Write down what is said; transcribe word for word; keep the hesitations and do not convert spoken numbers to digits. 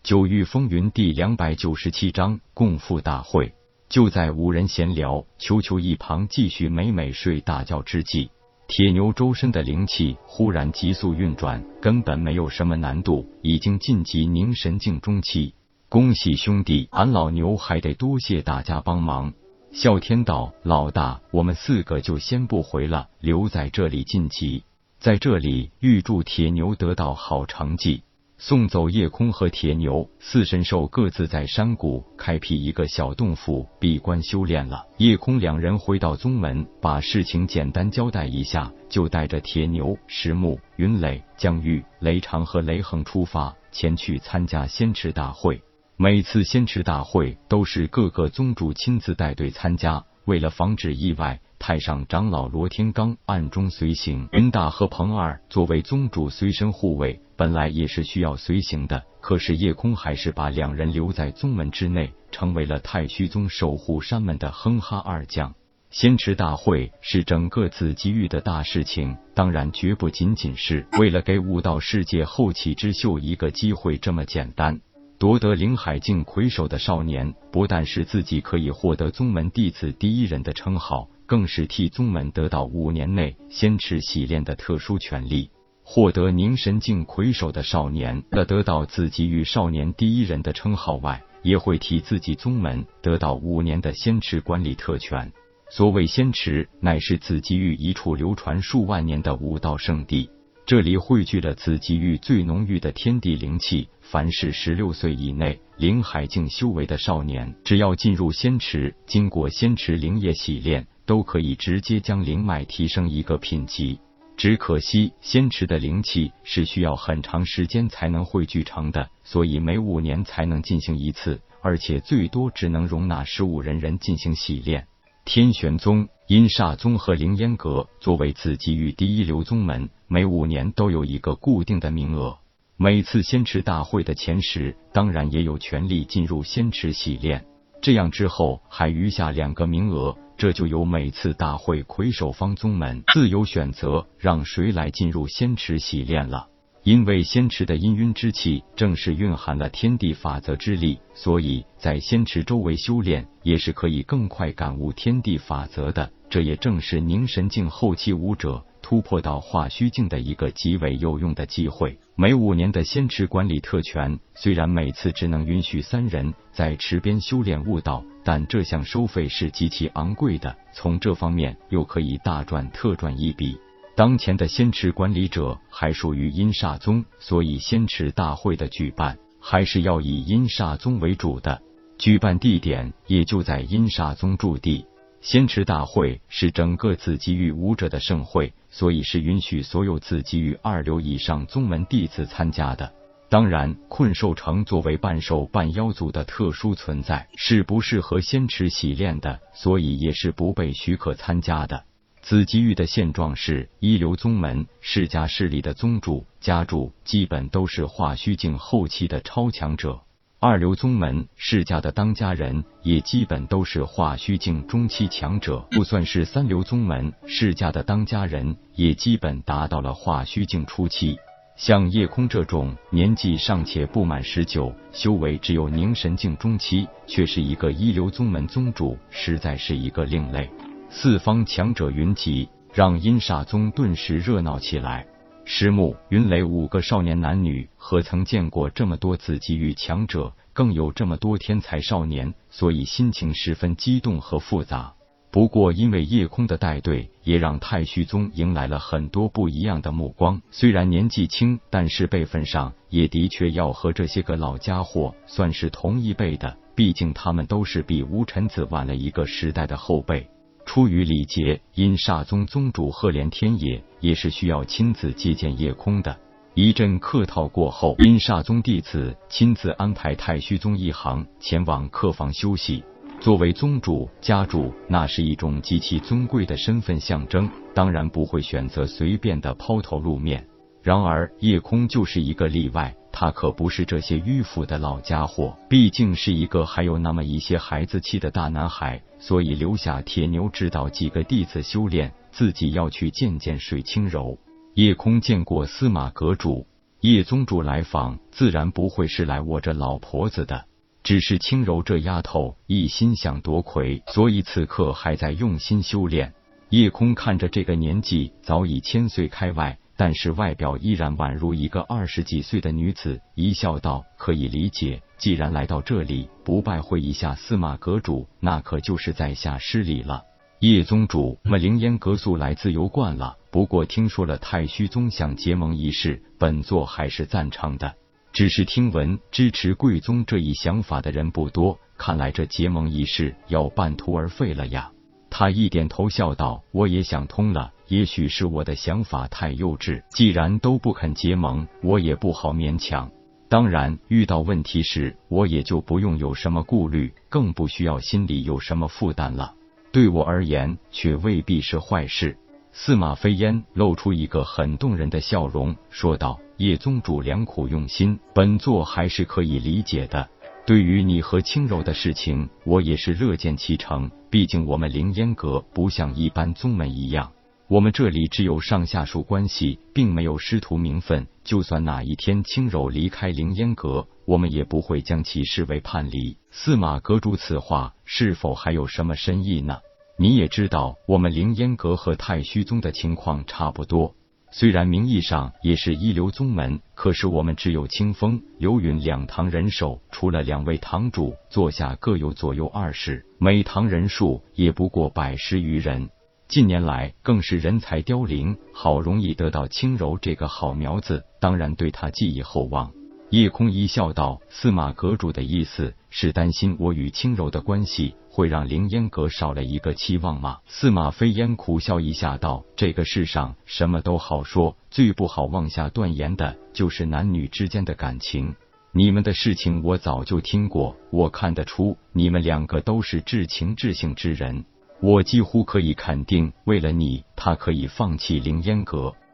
九域风云第两百九十七章共赴大会。就在五人闲聊，球球一旁继续美美睡大觉之际，铁牛周身的灵气忽然急速运转，根本没有什么难度，已经晋级凝神境中期。恭喜兄弟，俺老牛还得多谢大家帮忙。啸天道：老大，我们四个就先不回了，留在这里晋级。在这里预祝铁牛得到好成绩。送走夜空和铁牛，四神兽各自在山谷开辟一个小洞府闭关修炼了。夜空两人回到宗门，把事情简单交代一下，就带着铁牛、石木、云磊、江玉、雷长和雷横出发，前去参加仙池大会。每次仙池大会都是各个宗主亲自带队参加，为了防止意外，太上长老罗天罡暗中随行，云大和彭二作为宗主随身护卫，本来也是需要随行的，可是夜空还是把两人留在宗门之内，成为了太虚宗守护山门的哼哈二将。仙池大会是整个紫极域的大事情，当然绝不仅仅是为了给武道世界后起之秀一个机会这么简单。夺得灵海境魁首的少年，不但是自己可以获得宗门弟子第一人的称号，更是替宗门得到五年内仙池洗炼的特殊权利。获得凝神境魁首的少年，除了得到紫极域少年第一人的称号外，也会替自己宗门得到五年的仙池管理特权。所谓仙池，乃是紫极域一处流传数万年的武道圣地。这里汇聚了紫极域最浓郁的天地灵气，凡是十六岁以内灵海境修为的少年，只要进入仙池，经过仙池灵液洗炼，都可以直接将灵脉提升一个品级。只可惜仙池的灵气是需要很长时间才能汇聚成的，所以每五年才能进行一次，而且最多只能容纳十五人人进行洗炼。天玄宗、阴煞宗和凌烟阁作为紫极域第一流宗门，每五年都有一个固定的名额。每次仙池大会的前十，当然也有权利进入仙池洗炼。这样之后还余下两个名额，这就由每次大会魁首方宗门自由选择让谁来进入仙池洗炼了。因为仙池的氤氲之气正是蕴含了天地法则之力，所以在仙池周围修炼也是可以更快感悟天地法则的。这也正是凝神境后期武者突破到化虚境的一个极为有用的机会。每五年的仙池管理特权，虽然每次只能允许三人在池边修炼悟道，但这项收费是极其昂贵的，从这方面又可以大赚特赚一笔。当前的仙池管理者还属于阴煞宗，所以仙池大会的举办还是要以阴煞宗为主的，举办地点也就在阴煞宗驻地。仙池大会是整个紫极域武者的盛会，所以是允许所有紫极域二流以上宗门弟子参加的。当然，困兽城作为半兽半妖族的特殊存在，是不适合仙池洗炼的，所以也是不被许可参加的。紫极域的现状是，一流宗门世家势力的宗主、家主基本都是化虚境后期的超强者，二流宗门世家的当家人也基本都是化虚境中期强者，就算是三流宗门世家的当家人也基本达到了化虚境初期。像夜空这种年纪尚且不满十九，修为只有凝神境中期，却是一个一流宗门宗主，实在是一个另类。四方强者云集，让阴煞宗顿时热闹起来。石木、云雷五个少年男女何曾见过这么多紫极域强者，更有这么多天才少年，所以心情十分激动和复杂。不过因为夜空的带队，也让太虚宗迎来了很多不一样的目光。虽然年纪轻，但是辈分上也的确要和这些个老家伙算是同一辈的，毕竟他们都是比吴臣子晚了一个时代的后辈。出于礼节，阴煞宗宗主赫连天野也是需要亲自接见夜空的。一阵客套过后，阴煞宗弟子亲自安排太虚宗一行前往客房休息。作为宗主、家主，那是一种极其尊贵的身份象征，当然不会选择随便的抛头露面。然而夜空就是一个例外，他可不是这些迂腐的老家伙，毕竟是一个还有那么一些孩子气的大男孩，所以留下铁牛指导几个弟子修炼，自己要去见见水清柔。夜空见过司马阁主， 叶宗主来访，自然不会是来我这老婆子的。只是轻柔这丫头一心想夺魁，所以此刻还在用心修炼。叶空看着这个年纪早已千岁开外，但是外表依然宛如一个二十几岁的女子，一笑道：“可以理解，既然来到这里，不拜会一下司马阁主，那可就是在下失礼了。”叶宗主，我们凌烟阁素来自由惯了，不过听说了太虚宗想结盟一事，本座还是赞成的。只是听闻支持贵宗这一想法的人不多，看来这结盟一事要半途而废了呀。他一点头笑道：“我也想通了，也许是我的想法太幼稚，既然都不肯结盟，我也不好勉强。当然，遇到问题时，我也就不用有什么顾虑，更不需要心里有什么负担了。对我而言，却未必是坏事。”司马飞烟露出一个很动人的笑容，说道：“叶宗主良苦用心，本座还是可以理解的。对于你和轻柔的事情，我也是乐见其成。毕竟我们凌烟阁不像一般宗门一样，我们这里只有上下属关系，并没有师徒名分。就算哪一天轻柔离开凌烟阁，我们也不会将其视为叛离。司马阁主此话是否还有什么深意呢？你也知道，我们凌烟阁和太虚宗的情况差不多。虽然名义上也是一流宗门，可是我们只有清风、流云两堂人手，除了两位堂主，座下各有左右二十，每堂人数也不过百十余人。近年来更是人才凋零，好容易得到轻柔这个好苗子，当然对他寄以厚望。叶空一笑道：“司马阁主的意思是担心我与轻柔的关系会让凌烟阁少了一个期望吗？”司马飞烟苦笑一下道：“这个世上什么都好说，最不好妄下断言的就是男女之间的感情。你们的事情我早就听过，我看得出你们两个都是至情至性之人。我几乎可以肯定，为了你，他可以放弃凌烟阁。